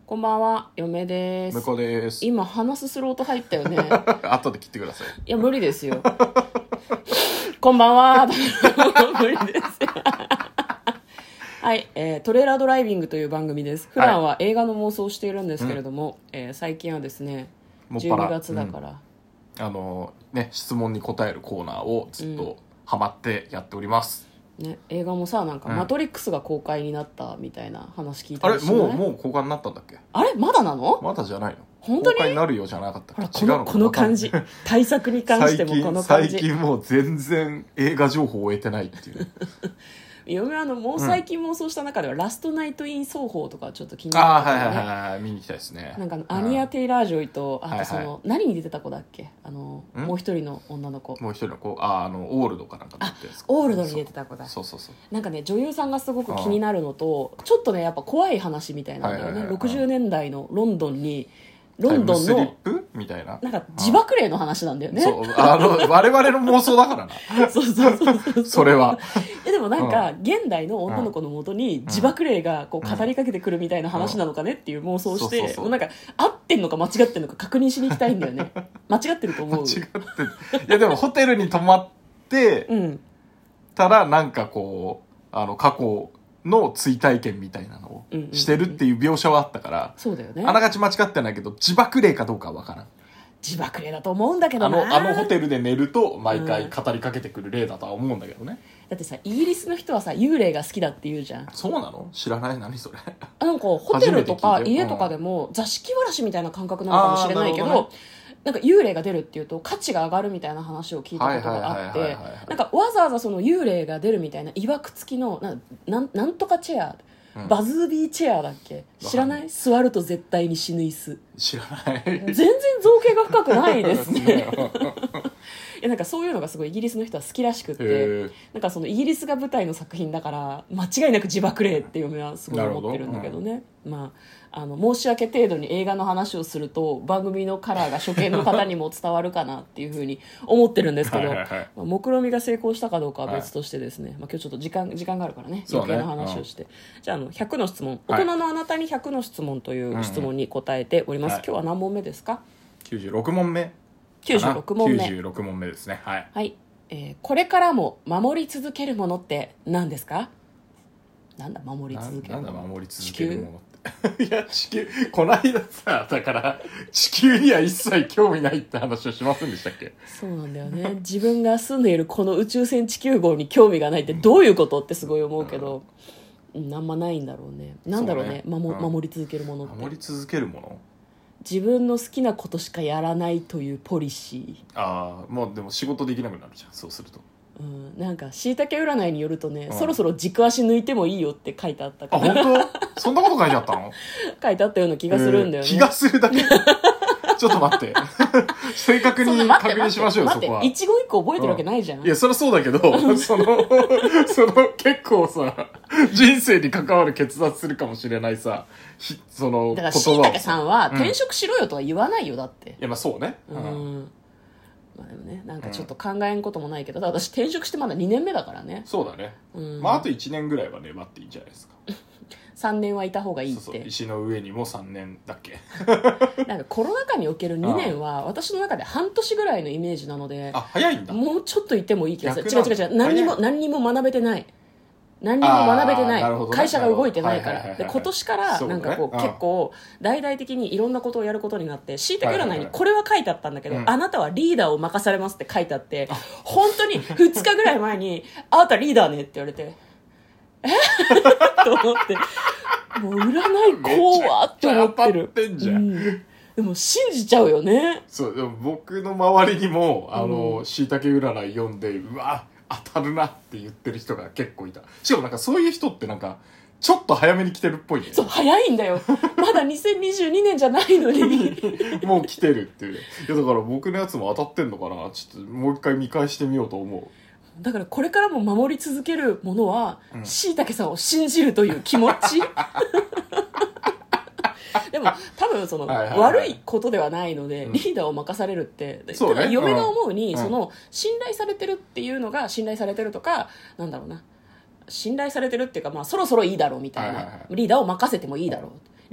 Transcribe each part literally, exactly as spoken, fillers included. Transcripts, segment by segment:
こんばんは、嫁です。 向こうです。 今話すスロート入ったよね。 後で切ってください。 いや無理ですよ。こんばんは。無理ですよ。はい、えー、トレーラードライビングという番組です。普段は映画の妄想をしているんですけれども、はい、えー、最近はですね、じゅうにがつだから、 うん、あのね質問に答えるコーナーをずっとハマってやっております。 ね、映画もさ、なんか、マトリックスが公開になったみたいな話聞いたりしない？ あれもうもう公開になったんだっけ？ あれまだなの？ まだじゃないの？ 本当に公開になるよじゃなかったっけ？ 違うの？この感じ、対策に関してもこの感じ。 最近最近もう全然映画情報を得てないっていう。 嫁はあのもう最近妄想した中では、うん、ラストナイトイン奏法とかちょっと気になった、ね、 ああはいはいはい見に行きたいですね。 なんかアニア・テイラー・ジョイと、あとその、はいはい、何に出てた子だっけ、あのもう一人の女の子、 もう一人の子、ああのオールドかなんか出てるんですか？ オールドに出てた子だ。 そうそうそう。 なんかね女優さんがすごく気になるのと、ちょっとねやっぱ怖い話みたいなんだよね、はいはいはいはい、ろくじゅうねんだいのロンドンにロンドンのタイムスリップみたいな、 なんか自爆霊の話なんだよね。 そうあの我々の妄想だからな。 そうそうそうそうそれは。 えでもなんか、うん、現代の女の子のもとに自爆霊がこう語りかけてくるみたいな話なのかねっていう妄想をして、もうなんか合ってんのか間違ってんのか確認しに行きたいんだよね。間違ってると思う。 間違っていやでもホテルに泊まってたらなんかこうあの過去の追体験みたいなのをしてるっていう描写はあったから、 そうだよね。 あながち間違ってないけど自爆霊かどうかは分からん。 自爆霊だと思うんだけどな。 あのあのホテルで寝ると毎回語りかけてくる霊だとは思うんだけどね、 うん、だってさイギリスの人はさ幽霊が好きだって言うじゃん。 そうなの？知らない。何それ。 あなんかホテルとか家とかでも座敷わらしみたいな感覚なのかもしれないけど、なるほどね、なんか幽霊が出るっていうと価値が上がるみたいな話を聞いたことがあって、なんかわざわざその幽霊が出るみたいな曰く付きのな ん, なんとかチェア、うん、バズービーチェアだっけ、知らない？座ると絶対に死ぬ椅子。 知らない。 全然造形が深くないですね。いやなんかそういうのがすごいイギリスの人は好きらしくって、なんかそのイギリスが舞台の作品だから間違いなく自爆霊って嫁はすごい思ってるんだけどね、うん、まあ、あの申し訳程度に映画の話をすると番組のカラーが初見の方にも伝わるかなっていうふうに思ってるんですけど、はいはいはい、まあ、目論見が成功したかどうかは別としてですね、はい、まあ、今日ちょっと時間時間があるからね余計な話をして、ね、うん、じゃあ、あのひゃくの質問、大人のあなたにひゃくの質問という質問に答えております、うんうん、今日は何問目ですか？ きゅうじゅうろくもんめ。 きゅうじゅうろくもんめ。 きゅうじゅうろくもんめですね。はい。 はい。えー、これからも守り続けるものって何ですか？なんだ守り続けるもの。 なんだ守り続けるものって。いや地球この間さだから地球には一切興味ないって話をしませんでしたっけ？ そうなんだよね。自分が住んでいるこの宇宙船地球号に興味がないってどういうことってすごい思うけど、うん、あんまないんだろうね。なんだろうね。うね、守、うん、守り続けるものって。 守り続けるもの。 自分の好きなことしかやらないというポリシー。ああ、もうでも仕事できなくなるじゃんそうすると。 うん、なんかしいたけ占いによるとね、うん、そろそろ軸足抜いてもいいよって書いてあったから。 あ本当？そんなこと書いてあったの？ 書いてあったような気がするんだよね、 えー、気がするだけ。ちょっと待って正確に確認しましょうよ。そこは一言一個覚えてるわけないじゃん、 うん、いやそりゃそうだけどそのその結構さ人生に関わる決断するかもしれないさそのだからしいたけさんは転職しろよとは言わないよ、だって。 いやまあそうね、 うん、うん、まあでもねなんかちょっと考えんこともないけど、私転職してまだにねんめだからね。 そうだね、うん、まああといちねんぐらいは粘っていいんじゃないですか。 さんねんはいた方がいいって。 そうそう石の上にもさんねんだっけ。 なんかコロナ禍におけるにねんは私の中で半年ぐらいのイメージなので、 あ早いんだ。 もうちょっといてもいい気がする。違う違う違う、何にも何にも学べてない何にも学べてない、ね、会社が動いてないから。で今年からなんかこう、ね、結構大々的にいろんなことをやることになって、しいたけ占いにこれは書いてあったんだけど、はいはいはい、あなたはリーダーを任されますって書いてあって、うん、本当にふつかぐらい前にあなたリーダーねって言われてえと思ってもう占い怖って思ってる。 ってんじゃん、うん、 でも信じちゃうよね。 そうでも僕の周りにもあのしいたけ占い読んでうわ当たるなって言ってる人が結構いた。しかもなんかそういう人ってなんかちょっと早めに来てるっぽいね。 そう早いんだよまだにせんにじゅうにねんじゃないのにもう来てるっていう。いやだから僕のやつも当たってんのかな、ちょっともう一回見返してみようと思う。 だからこれからも守り続けるものはしいたけさんを信じるという気持ちでも多分その、はいはいはい、悪いことではないので、うん、リーダーを任されるって、ね、ただ嫁が思うに、うん、その信頼されてるっていうのが信頼されてるとかなんだろうな信頼されてるっていうか、まあ、そろそろいいだろうみたいな、はいはいはい、リーダーを任せてもいいだろう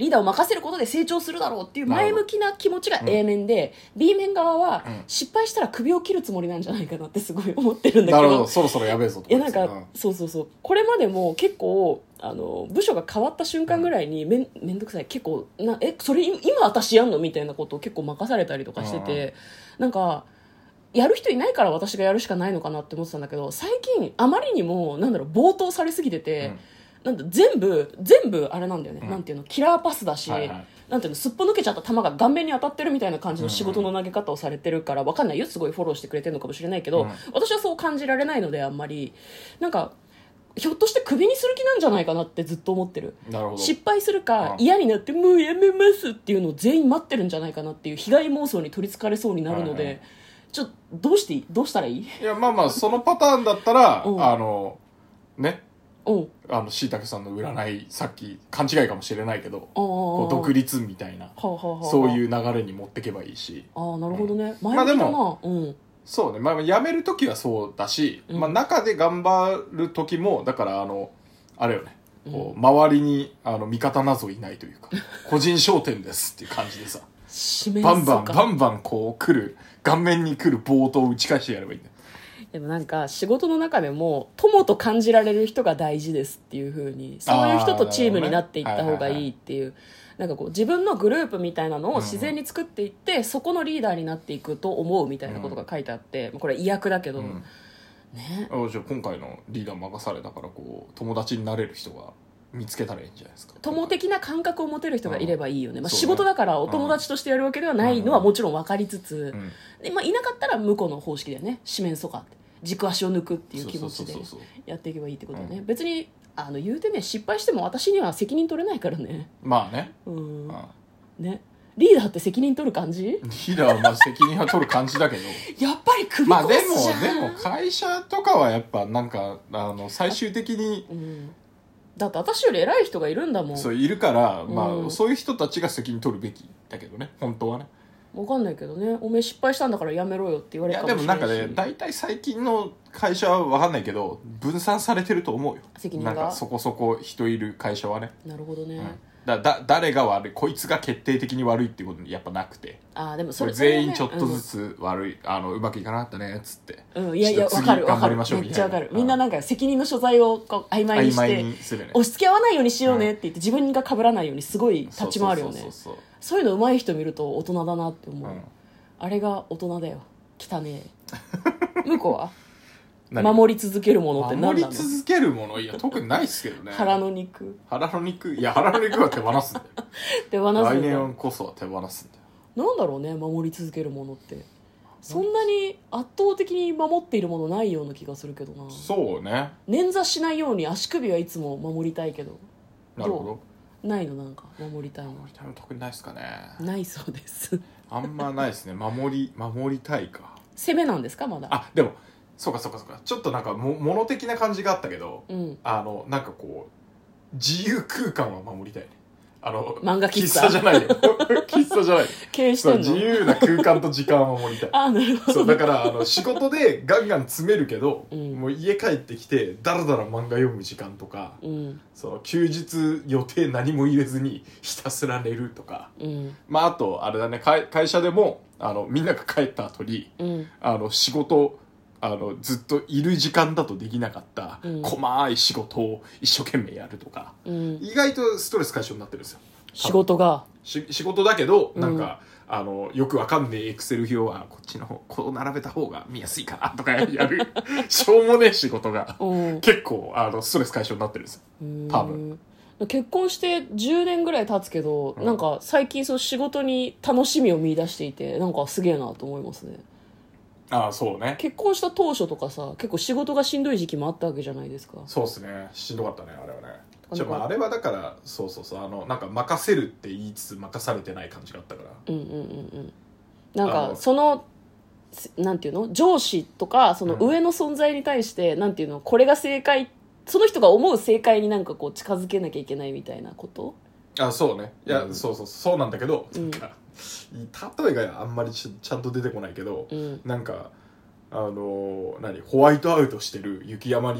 リーダーを任せることで成長するだろうっていう前向きな気持ちが A 面で、うん、B 面側は失敗したら首を切るつもりなんじゃないかなってすごい思ってるんだけど、 なるほど、そろそろやべえぞとか。 いやなんか、うん、そうそうそう、これまでも結構あの部署が変わった瞬間ぐらいにめん、めんどくさい、結構なえそれ今私やんのみたいなことを結構任されたりとかしてて、うん、なんかやる人いないから私がやるしかないのかなって思ってたんだけど、最近あまりにもなんだろう冒頭されすぎてて、うん、なんだ全部全部あれなんだよね、うん、なんていうの、キラーパスだし、はいはい、なんていうの、すっぽ抜けちゃった球が顔面に当たってるみたいな感じの仕事の投げ方をされてるから、わかんないよ、すごいフォローしてくれてるのかもしれないけど、うん、私はそう感じられないので、あんまりなんかひょっとしてクビにする気なんじゃないかなってずっと思ってる。 なるほど。 失敗するか嫌になってもうやめますっていうのを全員待ってるんじゃないかなっていう被害妄想に取りつかれそうになるので、はいはい、ちょっとどうしていいどうしたらいい？ いやまあまあそのパターンだったら、うん、あのね、 うん、 あのしいたけさんの占い、さっき勘違いかもしれないけど、こう独立みたいな、はあはあはあ、そういう流れに持っていけばいいし。 ああなるほどね、うん、前向きだな、まあでも、うん、 そうね、まあ、辞める時はそうだし、うん、まあ、中で頑張る時もだからあのあれよね、こう周りにあの味方なぞいないというか個人商店ですっていう感じでさバンバンバンバンこう来る顔面に来るボートを打ち返してやればいいんだよ。 でもなんか仕事の中でも友と感じられる人が大事ですっていう風に、そういう人とチームになっていった方がいいっていう、なんかこう自分のグループみたいなのを自然に作っていって、うん、そこのリーダーになっていくと思うみたいなことが書いてあって、うん、これ意訳だけど、うん、ね、 じゃあ今回のリーダー任されたからこう友達になれる人が見つけたらいいんじゃないですか。 友的な感覚を持てる人がいればいいよね、うん、まあ、仕事だからお友達としてやるわけではないのはもちろん分かりつつ、うんでまあ、いなかったら向こうの方式だよね、四面楚歌って軸足を抜くっていう気持ちでやっていけばいいってことだね、うん、別にあの言うてね、失敗しても私には責任取れないからね。 まあね、 うん、ね、リーダーって責任取る感じ？リーダーはまあ責任は取る感じだけどやっぱり首越すじゃん。 まあでもでも会社とかはやっぱなんかあの最終的に、 うん、だって私より偉い人がいるんだもん。 そういるから、まあ、うん、そういう人たちが責任取るべきだけどね、本当はね。 分かんないけどね、おめえ失敗したんだからやめろよって言われるかもしれないし。 いやでもなんかね、大体最近の会社は分かんないけど分散されてると思うよ、 責任が。 なんかそこそこ人いる会社はね。 なるほどね、うん、 だだ誰が悪い、こいつが決定的に悪いっていうことやっぱなくて、 あでもそれ全員ちょっとずつ悪い、うん、あのうまくいかなかったねっつって、 うん、いやいや分かる分かる、めっちゃ分かる。みんななんか責任の所在をこう曖昧にして、にするね、押し付け合わないようにしようねって言って、うん、自分が被らないようにすごい立ち回るよね。そういうの上手い人見ると大人だなって思う、うん、あれが大人だよ。汚ねえ向こうは守り続けるものって何なの？ 守り続けるもの、いや特にないっすけどね。 腹の肉腹の肉いや腹の肉は手放すんだよ手放すんだよ。 来年こそは手放すんだよ。 なんだろうね、守り続けるものってそんなに圧倒的に守っているものないような気がするけどな。 そうね、 捻挫しないように足首はいつも守りたいけど。 なるほど。 ないの？なんか守りたいの。 守りたいの特にないっすかね。 ないそうですあんまないですね。守り守りたいか。 攻めなんですかまだ。 あでもそうかそうかそうか、ちょっとなんかも物的な感じがあったけど、 うん、 あのなんかこう自由空間は守りたいね。あの漫画喫茶喫茶じゃないよ喫茶じゃない経営してんの。 自由な空間と時間を守りたいあなるほど。 そうだからあの仕事でガンガン詰めるけど、うん、もう家帰ってきてダラダラ漫画読む時間とか、 うん、 その休日予定何も入れずにひたすら寝るとか、 うん、まああとあれだね、会会社でもあのみんなが帰った後に、 うん、 あの仕事あのずっといる時間だとできなかった、うん、細い仕事を一生懸命やるとか、 うん、 意外とストレス解消になってるんですよ。 仕事がし仕事だけどなんか、うん、あのよくわかんねえエクセル表はこっちの方こう並べた方が見やすいかなとかやるしょうもねえ仕事が、うん、結構あのストレス解消になってるんですよ多分。 結婚してじゅうねんぐらい経つけど、うん、なんか最近そう仕事に楽しみを見出していて、なんかすげえなと思いますね。 ああそうね、 結婚した当初とかさ結構仕事がしんどい時期もあったわけじゃないですか。 そうですね、しんどかったねあれはね。じゃあ、まあ、あれはだからそうそうそう、あのなんか任せるって言いつつ任されてない感じがあったから、 うんうんうんうんなんかそのなんていうの上司とかその上の存在に対して、うん、なんていうのこれが正解、その人が思う正解になんかこう近づけなきゃいけないみたいなこと。 あそうね、いや、 うん、 そうそうそうなんだけど、 うん、 なんか例えがあんまり ち, ちゃんと出てこないけど、 うん、 なんかあの何ホワイトアウトしてる雪山に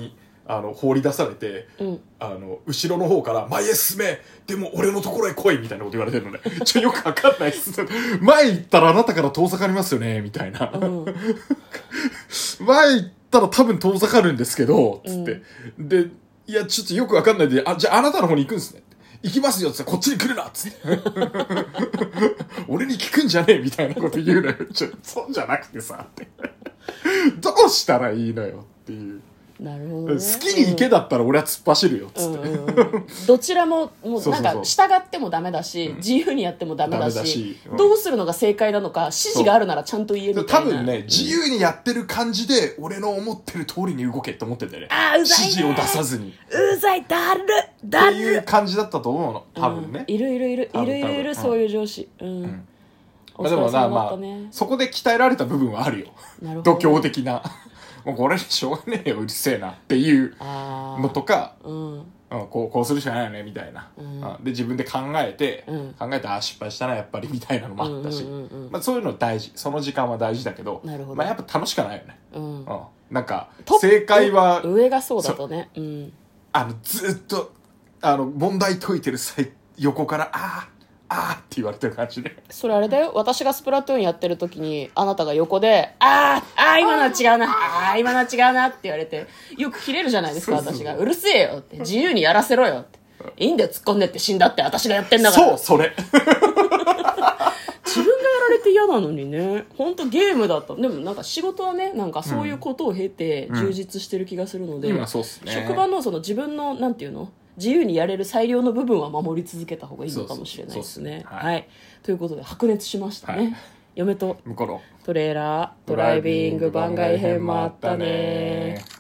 あの放り出されて、 うん、 あの後ろの方から前へ進めでも俺のところへ来いみたいなこと言われてるのねちょよくわかんないっす前行ったらあなたから遠ざかりますよねみたいな、うん、前行ったら多分遠ざかるんですけどつって、うん、でいやちょっとよくわかんないであじゃああなたの方に行くんですね行きますよっつってこっちに来るなっつって俺に聞くんじゃねえみたいなこと言うのよちょそうじゃなくてさってどうしたらいいのよっていうなるほど、ね、 好きに行けだったら俺は突っ走るよっつって、うんうんうん、 どちらももうなんか従ってもダメだし、うん、自由にやってもダメだし、だしうん、どうするのが正解なのか指示があるならちゃんと言えみたいな多分ね自由にやってる感じで俺の思ってる通りに動けって思ってんだよねあうざいね指示を出さずにうざいだるだるっていう感じだったと思うの多分ね、 うん、いるいるいるいるいるいるそういう上司うん、うんまあ、でもな、まあ、そこで鍛えられた部分はあるよ度胸的なもうこれにしょうがねえようるせえなっていうのとか、うんうん、こう、こうするしかないよねみたいな、うん、で自分で考えて、うん、考えてあ失敗したなやっぱりみたいなのもあったし、うんうんうんうん、まあ、そういうの大事その時間は大事だけど、なるほどまあ、やっぱ楽しくないよね、うんうん、なんか正解は上がそうだとね、うん、 あのずっとあの問題解いてる際横からあああーって言われてる感じでそれあれだよ私がスプラトゥーンやってる時にあなたが横であーあー今のは違うなあー今のは違うなって言われてよく切れるじゃないですか私がうるせえよって自由にやらせろよっていいんだよ突っ込んでって死んだって私がやってんだからそうそれ自分がやられて嫌なのにね本当ゲームだったでもなんか仕事はねなんかそういうことを経て充実してる気がするので、 うんうんそうっすね、 職場のその自分のなんていうの自由にやれる裁量の部分は守り続けた方がいいのかもしれないですね。はい、はい、ということで白熱しましたね。はい、嫁とトレーラードライビング番外編もあったね。